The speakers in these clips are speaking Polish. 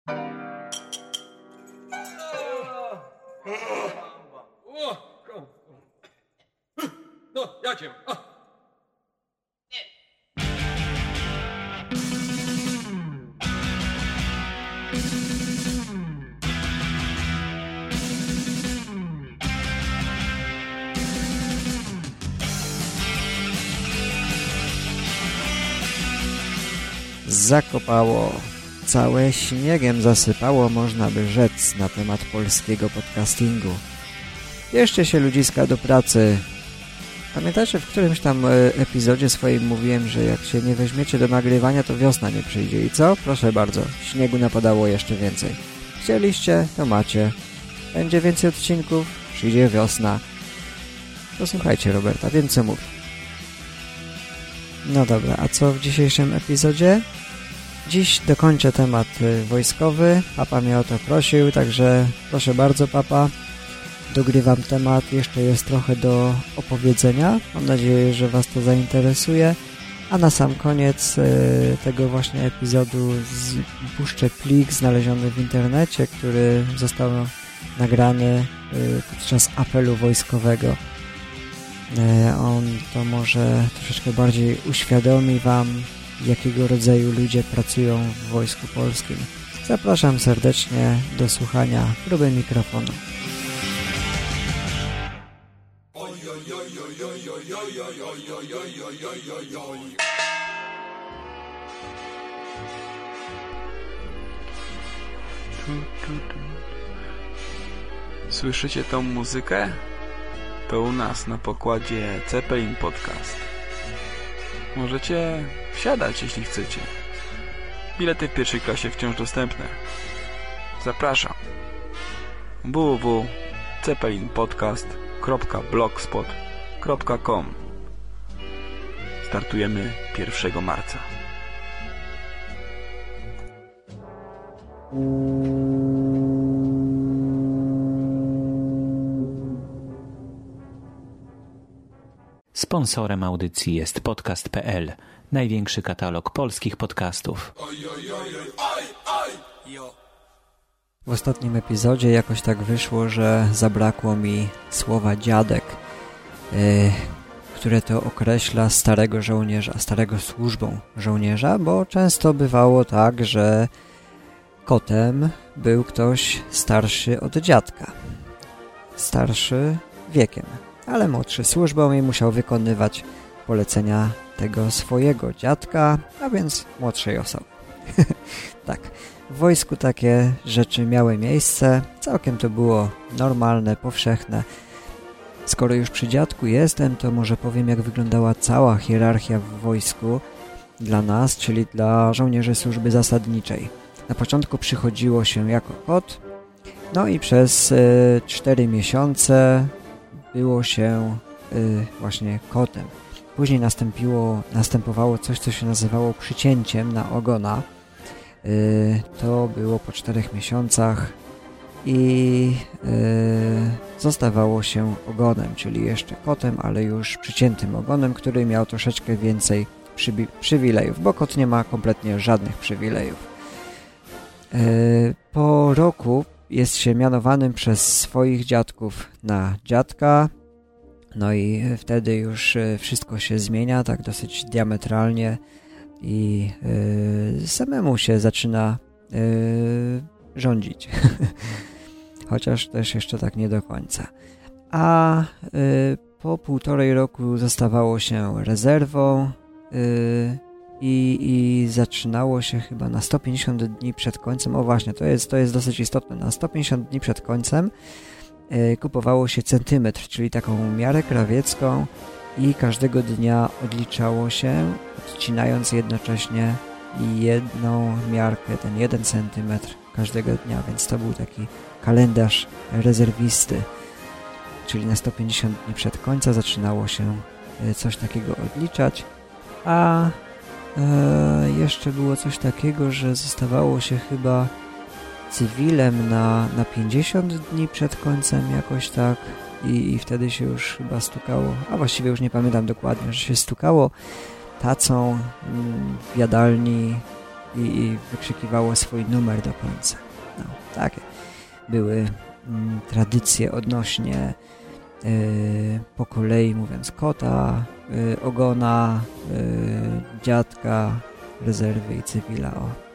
No, ja cię. Zakopało. Całe śniegiem zasypało, można by rzec, na temat polskiego podcastingu. Bierzcie się, ludziska, do pracy. Pamiętacie, w którymś tam epizodzie swoim mówiłem, że jak się nie weźmiecie do nagrywania, to wiosna nie przyjdzie. I co? Proszę bardzo, śniegu napadało jeszcze więcej. Chcieliście, to macie. Będzie więcej odcinków, przyjdzie wiosna. Posłuchajcie Roberta, wiem co mówi. No dobra, a co w dzisiejszym epizodzie? Dziś dokończę temat wojskowy. Papa mnie o to prosił, także proszę bardzo, papa. Dogrywam temat, jeszcze jest trochę do opowiedzenia. Mam nadzieję, że Was to zainteresuje. A na sam koniec tego właśnie epizodu puszczę plik znaleziony w internecie, który został nagrany podczas apelu wojskowego. On to może troszeczkę bardziej uświadomi Wam, jakiego rodzaju ludzie pracują w Wojsku Polskim. Zapraszam serdecznie do słuchania próby mikrofonu. Słyszycie tą muzykę? To u nas na pokładzie Zeppelin Podcast. Możecie wsiadać, jeśli chcecie. Bilety w pierwszej klasie wciąż dostępne. Zapraszam. www.zeppelinpodcast.blogspot.com. Startujemy 1 marca. Sponsorem audycji jest podcast.pl, największy katalog polskich podcastów. W ostatnim epizodzie jakoś tak wyszło, że zabrakło mi słowa dziadek, które to określa starego żołnierza, starego służbą żołnierza, bo często bywało tak, że kotem był ktoś starszy od dziadka. Starszy wiekiem, ale młodszy służbą i musiał wykonywać polecenia tego swojego dziadka, a więc młodszej osoby. Tak, w wojsku takie rzeczy miały miejsce, całkiem to było normalne, powszechne. Skoro już przy dziadku jestem, to może powiem, jak wyglądała cała hierarchia w wojsku dla nas, czyli dla żołnierzy służby zasadniczej. Na początku przychodziło się jako kot, no i przez 4 miesiące było się właśnie kotem. Później następowało coś, co się nazywało przycięciem na ogona. To było po 4 miesiącach i zostawało się ogonem, czyli jeszcze kotem, ale już przyciętym ogonem, który miał troszeczkę więcej przywilejów, bo kot nie ma kompletnie żadnych przywilejów. Po roku jest się mianowanym przez swoich dziadków na dziadka, no i wtedy już wszystko się zmienia tak dosyć diametralnie i samemu się zaczyna rządzić. Chociaż też jeszcze tak nie do końca. A po 1,5 roku zostawało się rezerwą i zaczynało się chyba na 150 dni przed końcem. O właśnie, to jest dosyć istotne. Na 150 dni przed końcem kupowało się centymetr, czyli taką miarę krawiecką i każdego dnia odliczało się, odcinając jednocześnie jedną miarkę, ten 1 centymetr każdego dnia, więc to był taki kalendarz rezerwisty, czyli na 150 dni przed końca zaczynało się coś takiego odliczać, a jeszcze było coś takiego, że zostawało się chyba cywilem na 50 dni przed końcem jakoś tak i wtedy się już chyba stukało, a właściwie już nie pamiętam dokładnie, że się stukało tacą w jadalni i wykrzykiwało swój numer do końca. No, takie były tradycje odnośnie po kolei mówiąc kota, ogona, dziadka, rezerwy i cywila.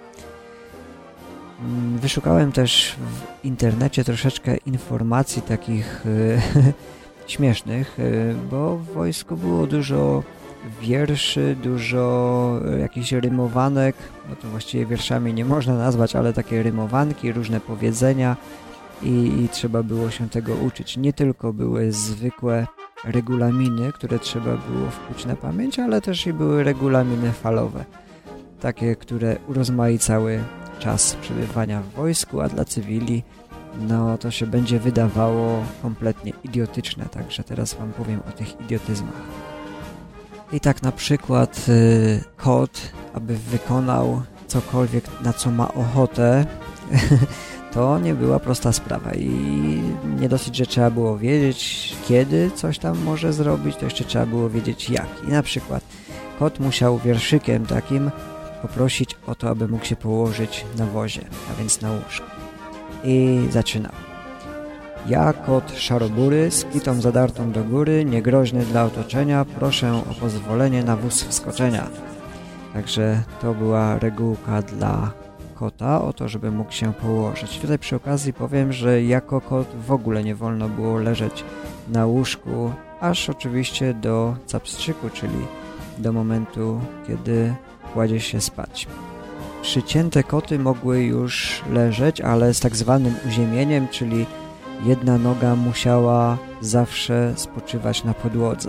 Wyszukałem też w internecie troszeczkę informacji takich śmiesznych, bo w wojsku było dużo wierszy, dużo jakichś rymowanek, no to właściwie wierszami nie można nazwać, ale takie rymowanki, różne powiedzenia i trzeba było się tego uczyć. Nie tylko były zwykłe regulaminy, które trzeba było wkuć na pamięć, ale też i były regulaminy falowe, takie, które urozmaicały czas przebywania w wojsku, a dla cywili no to się będzie wydawało kompletnie idiotyczne, także teraz wam powiem o tych idiotyzmach. I tak na przykład kot, aby wykonał cokolwiek, na co ma ochotę, to nie była prosta sprawa i nie dosyć, że trzeba było wiedzieć, kiedy coś tam może zrobić, to jeszcze trzeba było wiedzieć jak. I na przykład kot musiał wierszykiem takim poprosić o to, aby mógł się położyć na wozie, a więc na łóżku. I zaczynał. Ja, kot szarobury, z kitą zadartą do góry, niegroźny dla otoczenia, proszę o pozwolenie na wóz wskoczenia. Także to była regułka dla kota, o to, żeby mógł się położyć. Tutaj przy okazji powiem, że jako kot w ogóle nie wolno było leżeć na łóżku, aż oczywiście do capstrzyku, czyli do momentu, kiedy kładzie się spać. Przycięte koty mogły już leżeć, ale z tak zwanym uziemieniem, czyli jedna noga musiała zawsze spoczywać na podłodze.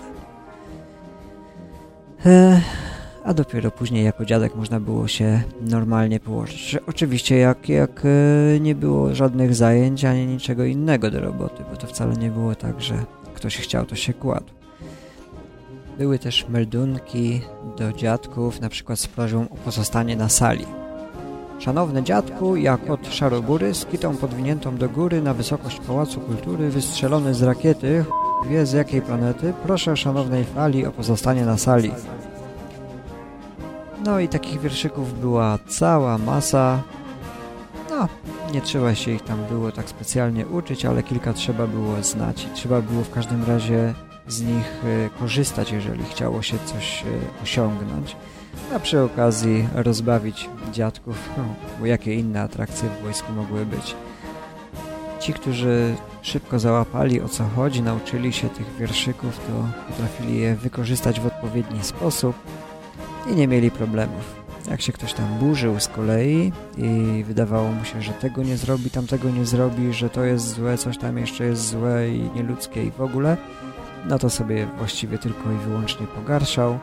A dopiero później jako dziadek można było się normalnie położyć. Oczywiście jak nie było żadnych zajęć, ani niczego innego do roboty, bo to wcale nie było tak, że ktoś chciał, to się kładł. Były też meldunki do dziadków, na przykład z prośbą o pozostanie na sali. Szanowny dziadku, ja kot szarobury, z kitą podwiniętą do góry na wysokość Pałacu Kultury, wystrzelony z rakiety, wie z jakiej planety, proszę szanownej fali o pozostanie na sali. No i takich wierszyków była cała masa. No, nie trzeba się ich tam było tak specjalnie uczyć, ale kilka trzeba było znać i trzeba było w każdym razie z nich korzystać, jeżeli chciało się coś osiągnąć. A przy okazji rozbawić dziadków, no, bo jakie inne atrakcje w wojsku mogły być. Ci, którzy szybko załapali, o co chodzi, nauczyli się tych wierszyków, to potrafili je wykorzystać w odpowiedni sposób i nie mieli problemów. Jak się ktoś tam burzył z kolei i wydawało mu się, że tego nie zrobi, tamtego nie zrobi, że to jest złe, coś tam jeszcze jest złe i nieludzkie i w ogóle, no to sobie właściwie tylko i wyłącznie pogarszał.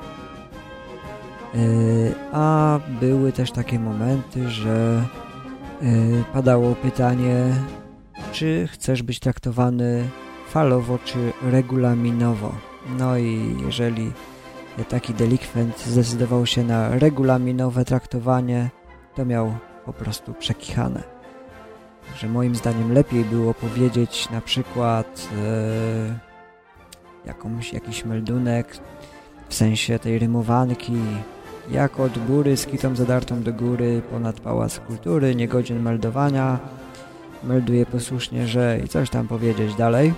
A były też takie momenty, że padało pytanie, czy chcesz być traktowany falowo, czy regulaminowo. No i jeżeli taki delikwent zdecydował się na regulaminowe traktowanie, to miał po prostu przekichane. Także moim zdaniem lepiej było powiedzieć na przykład jakiś meldunek w sensie tej rymowanki, jak od góry z kitą zadartą do góry ponad Pałac Kultury, niegodzien meldowania, melduje posłusznie, że i coś tam powiedzieć dalej.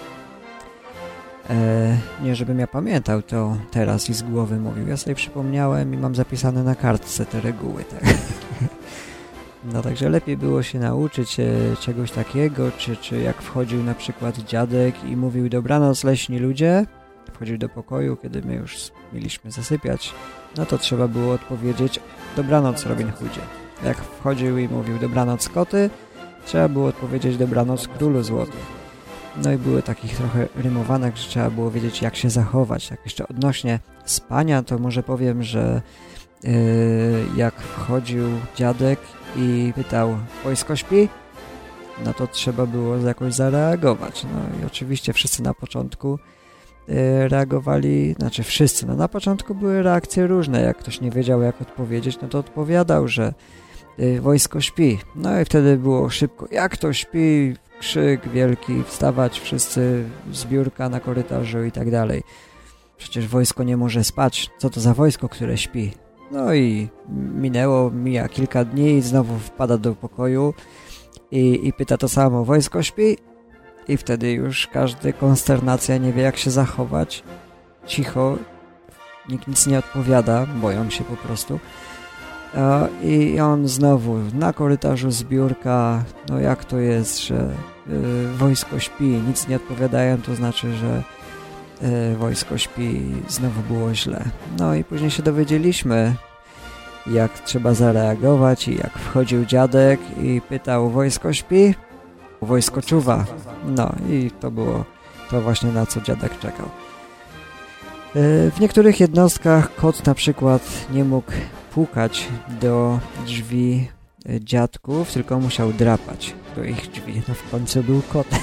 Nie żebym ja pamiętał to teraz i z głowy mówił. Ja sobie przypomniałem i mam zapisane na kartce te reguły. Tak? No także lepiej było się nauczyć czegoś takiego, czy jak wchodził na przykład dziadek i mówił dobranoc leśni ludzie, wchodził do pokoju, kiedy my już mieliśmy zasypiać, no to trzeba było odpowiedzieć dobranoc Robin Hoodzie. Jak wchodził i mówił dobranoc koty, trzeba było odpowiedzieć dobranoc królu złoty. No i były takich trochę rymowanek, że trzeba było wiedzieć, jak się zachować. Tak jeszcze odnośnie spania, to może powiem, że jak wchodził dziadek i pytał, wojsko śpi? No to trzeba było jakoś zareagować. No i oczywiście wszyscy na początku reagowali, znaczy wszyscy, no na początku były reakcje różne. Jak ktoś nie wiedział, jak odpowiedzieć, no to odpowiadał, że wojsko śpi. No i wtedy było szybko, jak to śpi? Krzyk wielki, wstawać wszyscy z biurka na korytarzu i tak dalej. Przecież wojsko nie może spać. Co to za wojsko, które śpi? No i mija kilka dni i znowu wpada do pokoju i pyta to samo, wojsko śpi? I wtedy już każdy, konsternacja, nie wie jak się zachować. Cicho, nikt nic nie odpowiada, boją się po prostu. I on znowu na korytarzu zbiórka, no jak to jest, że wojsko śpi, nic nie odpowiadają, to znaczy, że wojsko śpi, znowu było źle. No i później się dowiedzieliśmy, jak trzeba zareagować i jak wchodził dziadek i pytał, wojsko śpi? Wojsko czuwa. No i to było to właśnie, na co dziadek czekał. W niektórych jednostkach kot na przykład nie mógł pukać do drzwi dziadków, tylko musiał drapać do ich drzwi. No w końcu był kotem.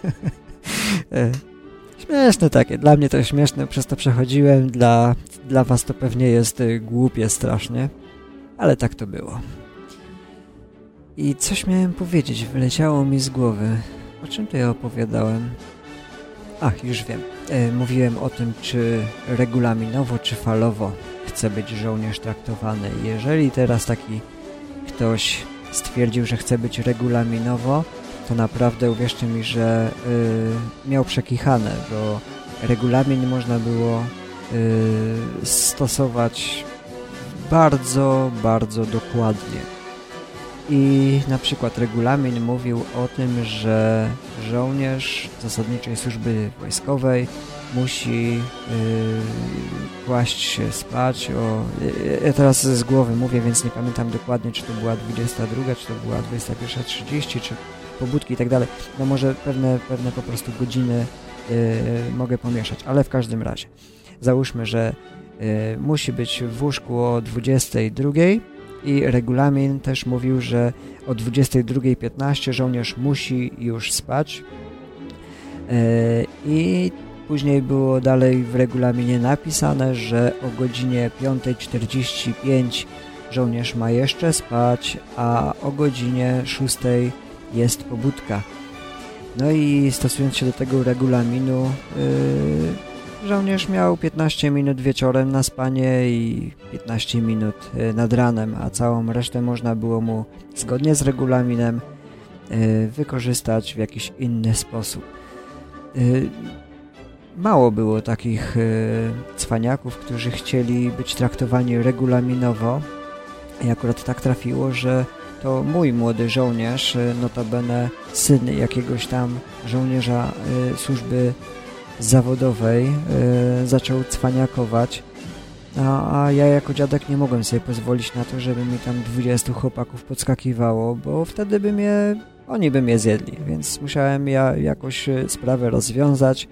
Śmieszne takie. Dla mnie to śmieszne, przez to przechodziłem. Dla was to pewnie jest głupie strasznie. Ale tak to było. I coś miałem powiedzieć, wyleciało mi z głowy. O czym to ja opowiadałem? Ach, już wiem. Mówiłem o tym, czy regulaminowo, czy falowo chce być żołnierz traktowany. Jeżeli teraz taki ktoś stwierdził, że chce być regulaminowo, to naprawdę uwierzcie mi, że miał przekichane, bo regulamin można było stosować bardzo, bardzo dokładnie. I na przykład regulamin mówił o tym, że żołnierz zasadniczej służby wojskowej musi kłaść się spać ja teraz z głowy mówię, więc nie pamiętam dokładnie, czy to była 22, czy to była 21:30, czy pobudki i tak dalej. No może pewne po prostu godziny mogę pomieszać, ale w każdym razie załóżmy, że musi być w łóżku o 22 i regulamin też mówił, że o 22:15 żołnierz musi już spać i później było dalej w regulaminie napisane, że o godzinie 5:45 żołnierz ma jeszcze spać, a o godzinie 6 jest pobudka. No i stosując się do tego regulaminu, żołnierz miał 15 minut wieczorem na spanie i 15 minut nad ranem, a całą resztę można było mu zgodnie z regulaminem wykorzystać w jakiś inny sposób. Mało było takich cwaniaków, którzy chcieli być traktowani regulaminowo i akurat tak trafiło, że to mój młody żołnierz, notabene syn jakiegoś tam żołnierza służby zawodowej, zaczął cwaniakować, a ja jako dziadek nie mogłem sobie pozwolić na to, żeby mi tam 20 chłopaków podskakiwało, bo wtedy oni by mnie zjedli, więc musiałem ja jakoś sprawę rozwiązać,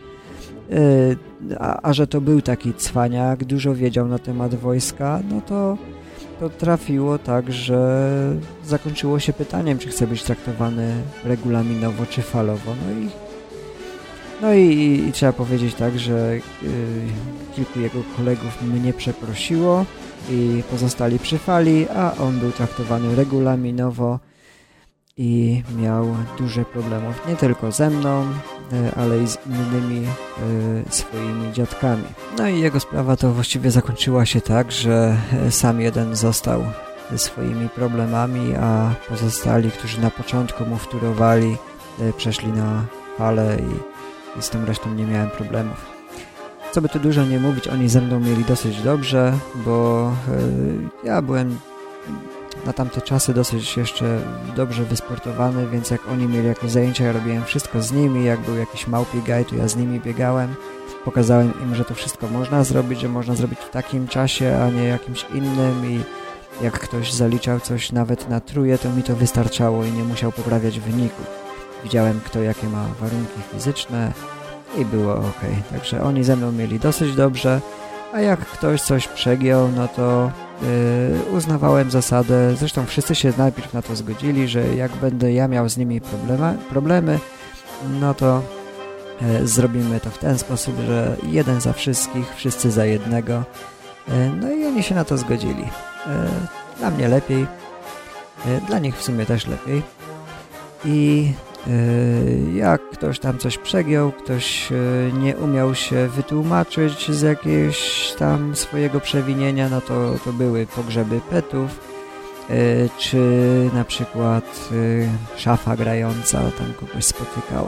a że to był taki cwaniak, dużo wiedział na temat wojska, no to trafiło tak, że zakończyło się pytaniem, czy chce być traktowany regulaminowo, czy falowo. No i trzeba powiedzieć tak, że kilku jego kolegów mnie przeprosiło i pozostali przy fali, a on był traktowany regulaminowo i miał duże problemów nie tylko ze mną, ale i z innymi swoimi dziadkami. No i jego sprawa to właściwie zakończyła się tak, że sam jeden został ze swoimi problemami, a pozostali, którzy na początku mu wtórowali, przeszli na falę i z tą resztą nie miałem problemów. Co by tu dużo nie mówić, oni ze mną mieli dosyć dobrze, bo ja byłem na tamte czasy dosyć jeszcze dobrze wysportowany, więc jak oni mieli jakieś zajęcia, ja robiłem wszystko z nimi, jak był jakiś małpi gaj, to ja z nimi biegałem. Pokazałem im, że to wszystko można zrobić, że można zrobić w takim czasie, a nie jakimś innym i jak ktoś zaliczał coś nawet na truje, to mi to wystarczało i nie musiał poprawiać wyniku. Widziałem, kto jakie ma warunki fizyczne i było ok. Także oni ze mną mieli dosyć dobrze, a jak ktoś coś przegiął, no to uznawałem zasadę, zresztą wszyscy się najpierw na to zgodzili, że jak będę ja miał z nimi problemy, no to zrobimy to w ten sposób, że jeden za wszystkich, wszyscy za jednego. No i oni się na to zgodzili. Dla mnie lepiej, dla nich w sumie też lepiej. I Jak ktoś tam coś przegiął, ktoś nie umiał się wytłumaczyć z jakiegoś tam swojego przewinienia, no to były pogrzeby petów, czy na przykład szafa grająca tam kogoś spotykała.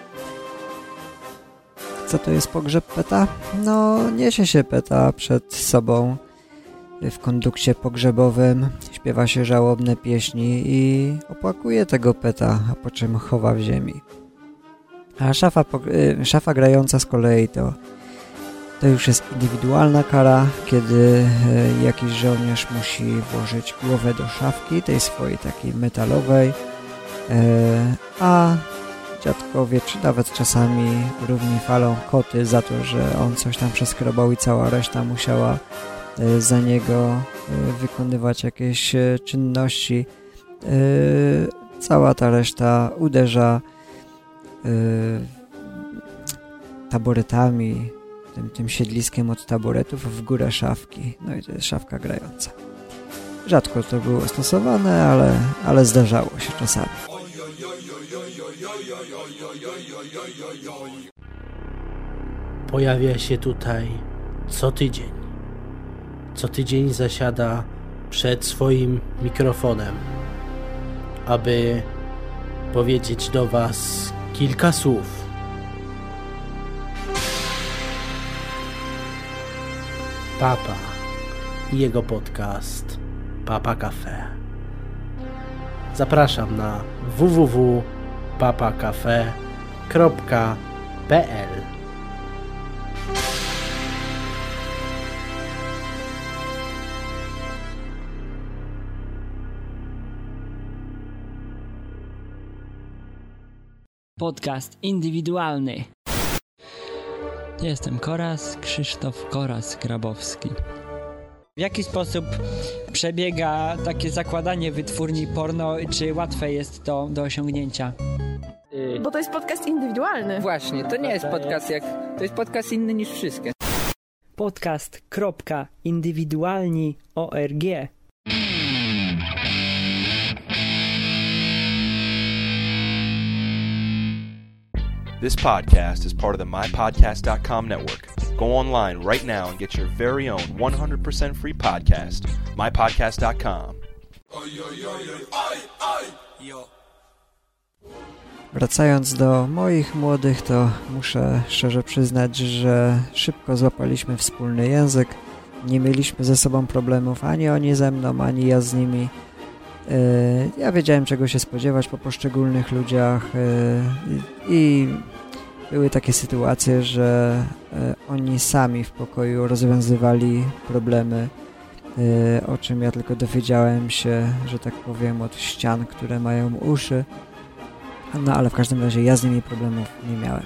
Co to jest pogrzeb peta? No, niesie się peta przed sobą w kondukcie pogrzebowym, śpiewa się żałobne pieśni i opłakuje tego peta, a po czym chowa w ziemi. A szafa grająca z kolei to już jest indywidualna kara, kiedy jakiś żołnierz musi włożyć głowę do szafki, tej swojej takiej metalowej, a dziadkowie, czy nawet czasami równi falą koty za to, że on coś tam przeskrobał i cała reszta musiała za niego wykonywać jakieś czynności. Cała ta reszta uderza taboretami, tym siedliskiem od taboretów w górę szafki. No i to jest szafka grająca. Rzadko to było stosowane, ale zdarzało się czasami. Pojawia się tutaj co tydzień. Co tydzień zasiada przed swoim mikrofonem, aby powiedzieć do was kilka słów. Papa i jego podcast Papa Cafe. Zapraszam na www.papacafe.pl. Podcast indywidualny. Jestem Krzysztof Koras-Grabowski. W jaki sposób przebiega takie zakładanie wytwórni porno? Czy łatwe jest to do osiągnięcia? Bo to jest podcast indywidualny. Właśnie, to nie jest podcast to jest podcast inny niż wszystkie. Podcast.indywidualni.org. This podcast is part of the MyPodcast.com network. Go online right now and get your very own 100% free podcast. MyPodcast.com. Wracając do moich młodych, to muszę szczerze przyznać, że szybko złapaliśmy wspólny język. Nie mieliśmy ze sobą problemów, ani oni ze mną, ani ja z nimi. Ja wiedziałem, czego się spodziewać po poszczególnych ludziach i były takie sytuacje, że oni sami w pokoju rozwiązywali problemy, o czym ja tylko dowiedziałem się, że tak powiem, od ścian, które mają uszy. No ale w każdym razie ja z nimi problemów nie miałem.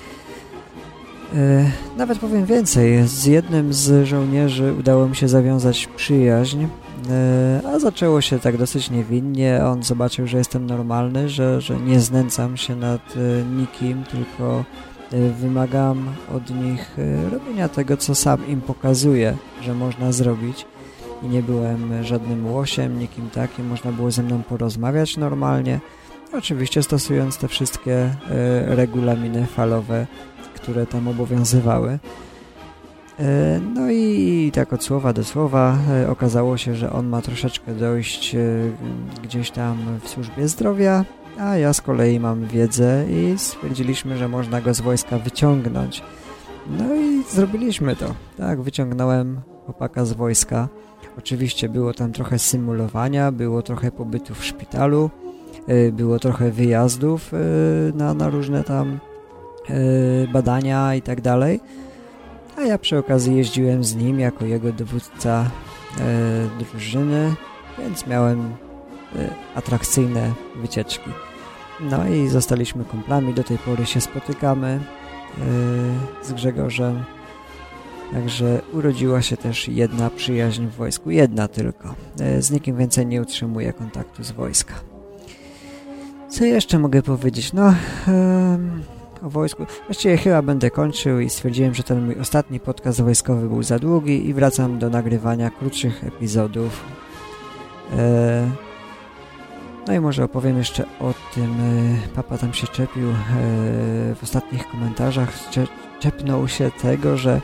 Nawet powiem więcej, z jednym z żołnierzy udało mi się zawiązać przyjaźń, a zaczęło się tak dosyć niewinnie. On zobaczył, że jestem normalny, że nie znęcam się nad nikim, tylko wymagam od nich robienia tego, co sam im pokazuję, że można zrobić. I nie byłem żadnym łosiem, nikim takim, można było ze mną porozmawiać normalnie. Oczywiście stosując te wszystkie regulaminy falowe, które tam obowiązywały. No i tak od słowa do słowa okazało się, że on ma troszeczkę dojść gdzieś tam w służbie zdrowia, a ja z kolei mam wiedzę i stwierdziliśmy, że można go z wojska wyciągnąć. No i zrobiliśmy to. Tak, wyciągnąłem chłopaka z wojska. Oczywiście było tam trochę symulowania, było trochę pobytu w szpitalu, było trochę wyjazdów na różne tam badania i tak dalej. A ja przy okazji jeździłem z nim jako jego dowódca drużyny, więc miałem atrakcyjne wycieczki. No i zostaliśmy kumplami, do tej pory się spotykamy z Grzegorzem. Także urodziła się też jedna przyjaźń w wojsku, jedna tylko. Z nikim więcej nie utrzymuję kontaktu z wojska. Co jeszcze mogę powiedzieć? No, o wojsku. Właściwie chyba będę kończył i stwierdziłem, że ten mój ostatni podcast wojskowy był za długi i wracam do nagrywania krótszych epizodów. No i może opowiem jeszcze o tym, papa tam się czepił w ostatnich komentarzach, czepnął się tego, że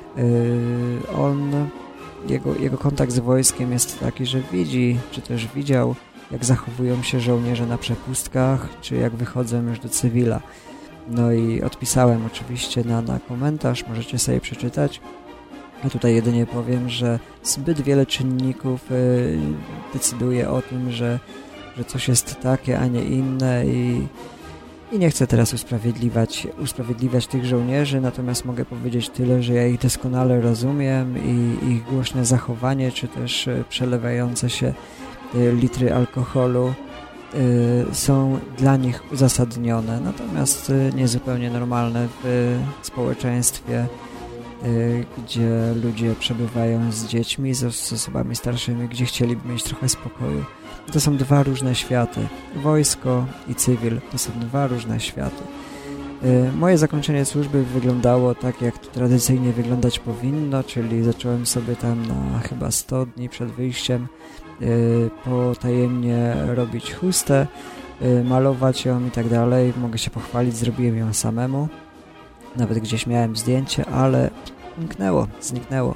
jego kontakt z wojskiem jest taki, że widzi, czy też widział, jak zachowują się żołnierze na przepustkach, czy jak wychodzą już do cywila. No i odpisałem oczywiście na komentarz, możecie sobie przeczytać. Ja tutaj jedynie powiem, że zbyt wiele czynników decyduje o tym, że coś jest takie, a nie inne i nie chcę teraz usprawiedliwiać tych żołnierzy, natomiast mogę powiedzieć tyle, że ja ich doskonale rozumiem i ich głośne zachowanie, czy też przelewające się litry alkoholu są dla nich uzasadnione, natomiast niezupełnie normalne w społeczeństwie, gdzie ludzie przebywają z dziećmi, z osobami starszymi, gdzie chcieliby mieć trochę spokoju. To są dwa różne światy. Wojsko i cywil to są dwa różne światy. Moje zakończenie służby wyglądało tak, jak to tradycyjnie wyglądać powinno, czyli zacząłem sobie tam na chyba 100 dni przed wyjściem potajemnie robić chustę, malować ją i tak dalej. Mogę się pochwalić, zrobiłem ją samemu. Nawet gdzieś miałem zdjęcie, ale zniknęło.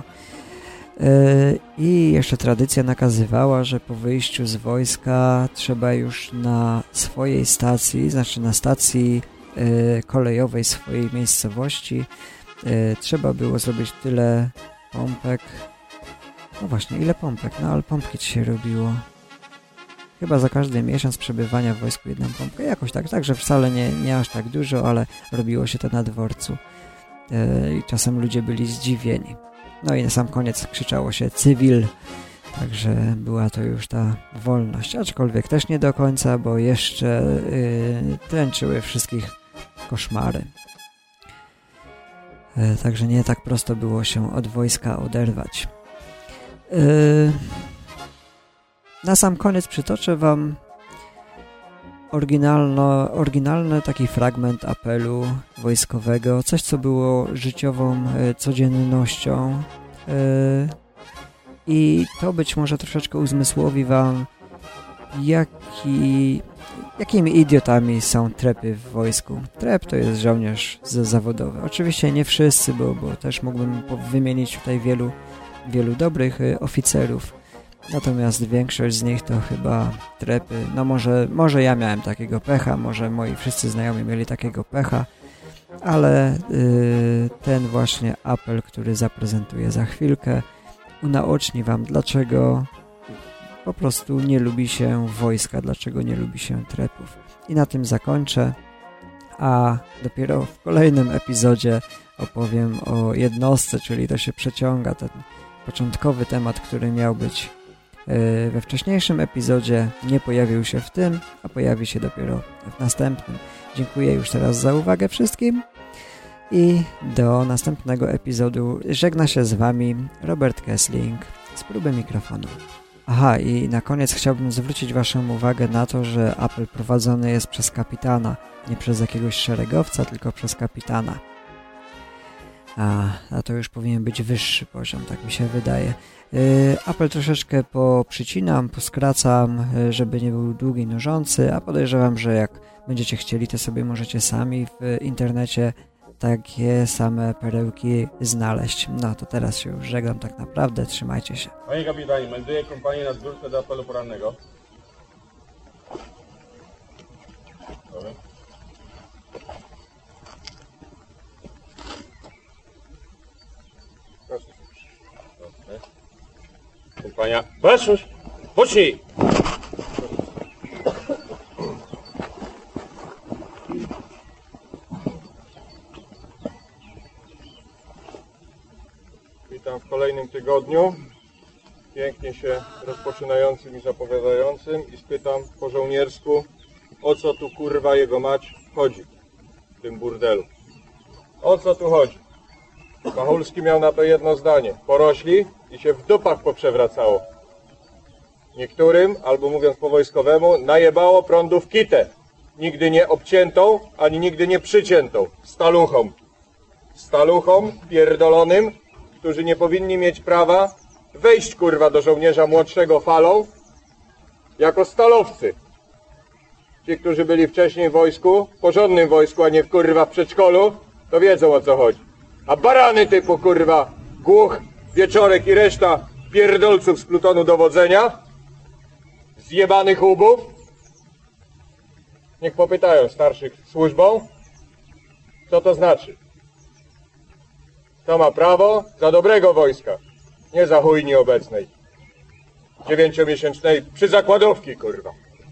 I jeszcze tradycja nakazywała, że po wyjściu z wojska trzeba już na swojej stacji, znaczy na stacji kolejowej swojej miejscowości, trzeba było zrobić tyle pompek. No właśnie, ile pompek? No ale pompki ci się robiło. Chyba za każdy miesiąc przebywania w wojsku jedną pompkę. Jakoś tak, także wcale nie aż tak dużo, ale robiło się to na dworcu. I czasem ludzie byli zdziwieni. No i na sam koniec krzyczało się cywil. Także była to już ta wolność. Aczkolwiek też nie do końca, bo jeszcze dręczyły wszystkich koszmary. Także nie tak prosto było się od wojska oderwać. Na sam koniec przytoczę wam oryginalny taki fragment apelu wojskowego, coś co było życiową codziennością i to być może troszeczkę uzmysłowi wam, jakimi idiotami są trepy w wojsku. Trep to jest żołnierz zawodowy. Oczywiście nie wszyscy, bo też mógłbym wymienić tutaj wielu dobrych oficerów. Natomiast większość z nich to chyba trepy. No może ja miałem takiego pecha, może moi wszyscy znajomi mieli takiego pecha, ale ten właśnie apel, który zaprezentuję za chwilkę, unaoczni wam, dlaczego po prostu nie lubi się wojska, dlaczego nie lubi się trepów. I na tym zakończę, a dopiero w kolejnym epizodzie opowiem o jednostce, czyli to się przeciąga, ten początkowy temat, który miał być we wcześniejszym epizodzie, nie pojawił się w tym, a pojawi się dopiero w następnym. Dziękuję już teraz za uwagę wszystkim i do następnego epizodu żegna się z wami Robert Kessling z próby mikrofonu. Aha, i na koniec chciałbym zwrócić waszą uwagę na to, że apel prowadzony jest przez kapitana, nie przez jakiegoś szeregowca, tylko przez kapitana. A to już powinien być wyższy poziom, tak mi się wydaje. Apel troszeczkę poprzycinam, poskracam, żeby nie był długi, nużący, a podejrzewam, że jak będziecie chcieli, to sobie możecie sami w internecie takie same perełki znaleźć. No to teraz się już żegnam tak naprawdę, trzymajcie się. Panie kapitanie, melduję kompanię na zbiórkę do apelu porannego. Dobra. Proszę. Dobrze. Kompania. Patrz! Pocznij! Witam w kolejnym tygodniu, pięknie się rozpoczynającym i zapowiadającym, i spytam po żołniersku, o co tu kurwa jego mać chodzi w tym burdelu. O co tu chodzi? Machulski miał na to jedno zdanie. Porośli i się w dupach poprzewracało. Niektórym, albo mówiąc po wojskowemu, najebało prądu w kitę. Nigdy nie obciętą, ani nigdy nie przyciętą. Staluchom. Staluchom pierdolonym, którzy nie powinni mieć prawa wejść kurwa do żołnierza młodszego falą jako stalowcy. Ci, którzy byli wcześniej w wojsku, w porządnym wojsku, a nie w kurwa w przedszkolu, to wiedzą o co chodzi. A barany typu kurwa Głuch, Wieczorek i reszta pierdolców z plutonu dowodzenia, zjebanych łbów, niech popytają starszych służbą, co to znaczy. Kto ma prawo za dobrego wojska, nie za chujni obecnej, 9-miesięcznej przyzakładówki, kurwa.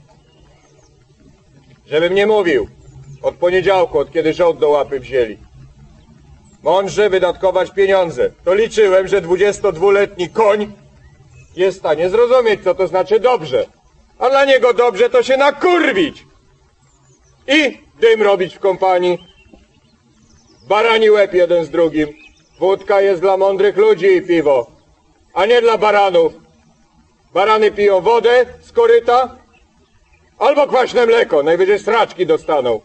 Żebym nie mówił, od poniedziałku, od kiedy rząd do łapy wzięli. Mądrze wydatkować pieniądze. To liczyłem, że 22-letni koń jest w stanie zrozumieć, co to znaczy dobrze. A dla niego dobrze to się nakurwić. I dym robić w kompanii. Barani łeb jeden z drugim. Wódka jest dla mądrych ludzi i piwo, a nie dla baranów. Barany piją wodę z koryta albo kwaśne mleko, najwyżej straczki dostaną.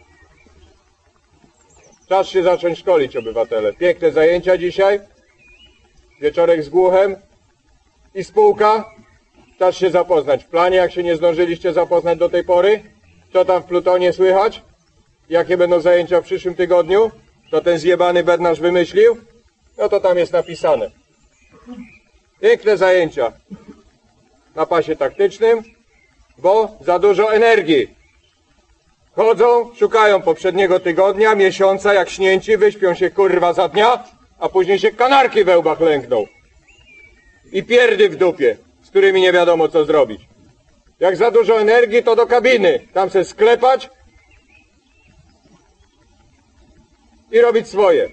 Czas się zacząć szkolić, obywatele. Piękne zajęcia dzisiaj. Wieczorek z Głuchem i spółka. Czas się zapoznać. W planie, jak się nie zdążyliście zapoznać do tej pory, co tam w plutonie słychać, jakie będą zajęcia w przyszłym tygodniu, to ten zjebany bednarz wymyślił, no to tam jest napisane. Piękne zajęcia na pasie taktycznym, bo za dużo energii. Chodzą, szukają poprzedniego tygodnia, miesiąca, jak śnięci, wyśpią się kurwa za dnia, a później się kanarki we łbach lękną. I pierdy w dupie, z którymi nie wiadomo co zrobić. Jak za dużo energii, to do kabiny, tam se sklepać i robić swoje.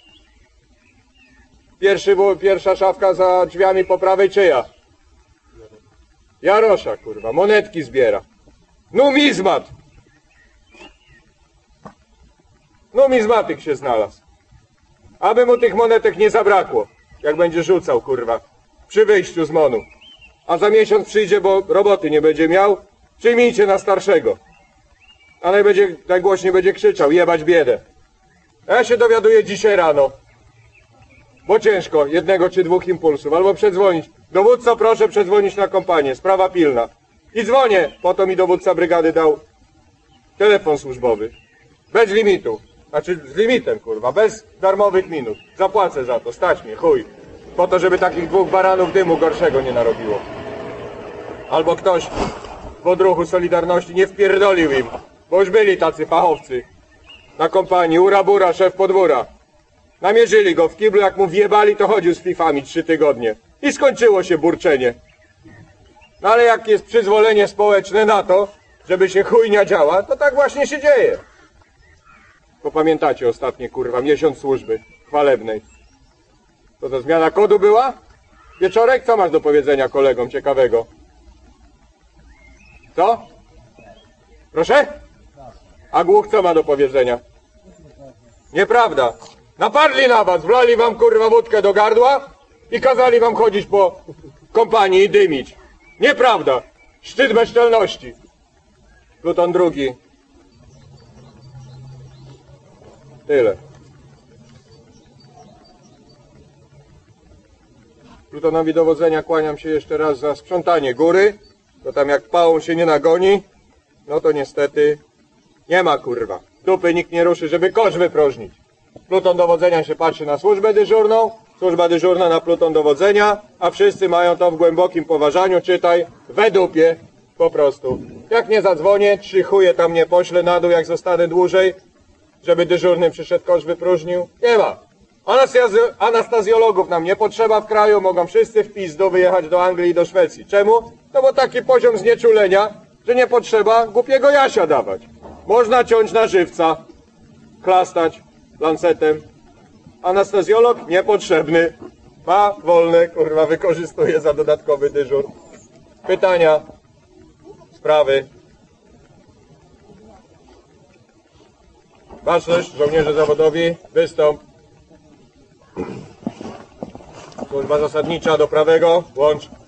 Pierwsza szafka za drzwiami po prawej czyja? Jarosza, kurwa, monetki zbiera. Numizmat! Numizmatyk się znalazł. Aby mu tych monetek nie zabrakło, jak będzie rzucał, kurwa, przy wyjściu z Monu. A za miesiąc przyjdzie, bo roboty nie będzie miał, przyjmijcie na starszego. A najgłośniej będzie krzyczał, jebać biedę. Ja się dowiaduję dzisiaj rano, bo ciężko, 1 czy 2 impulsów, albo przedzwonić. Dowódco, proszę przedzwonić na kompanię, sprawa pilna. I dzwonię, po to mi dowódca brygady dał telefon służbowy. Bez limitu. Znaczy z limitem, kurwa, bez darmowych minut. Zapłacę za to, stać mnie, chuj. Po to, żeby takich 2 baranów dymu gorszego nie narobiło. Albo ktoś w odruchu Solidarności nie wpierdolił im, bo już byli tacy fachowcy. Na kompanii, ura-bura, szef podwóra. Namierzyli go w kiblu, jak mu wjebali, to chodził z fifami 3 tygodnie. I skończyło się burczenie. No ale jak jest przyzwolenie społeczne na to, żeby się chujnia działa, to tak właśnie się dzieje. Bo pamiętacie ostatnie, kurwa, miesiąc służby chwalebnej. To zmiana kodu była? Wieczorek, co masz do powiedzenia kolegom ciekawego? Co? Proszę? A Głuch co ma do powiedzenia? Nieprawda. Napadli na was, wlali wam kurwa wódkę do gardła i kazali wam chodzić po kompanii i dymić. Nieprawda. Szczyt bezczelności. Pluton II. Tyle. Plutonowi dowodzenia kłaniam się jeszcze raz za sprzątanie góry. To tam jak pałą się nie nagoni, no to niestety nie ma kurwa. Dupy nikt nie ruszy, żeby kosz wypróżnić. Pluton dowodzenia się patrzy na służbę dyżurną, służba dyżurna na pluton dowodzenia, a wszyscy mają to w głębokim poważaniu, czytaj, we dupie, po prostu. Jak nie zadzwonię, 3 chuje tam nie poślę na dół, jak zostanę dłużej, żeby dyżurny przyszedł, kosz wypróżnił. Nie ma. Anastazjologów nam nie potrzeba w kraju, mogą wszyscy w pizdu wyjechać do Anglii i do Szwecji. Czemu? No bo taki poziom znieczulenia, że nie potrzeba głupiego Jasia dawać. Można ciąć na żywca, chlastać lancetem. Anestezjolog niepotrzebny. Ma wolne, kurwa, wykorzystuje za dodatkowy dyżur. Pytania, sprawy. Baczność, żołnierze zawodowi, wystąp. Służba zasadnicza do prawego, łącz.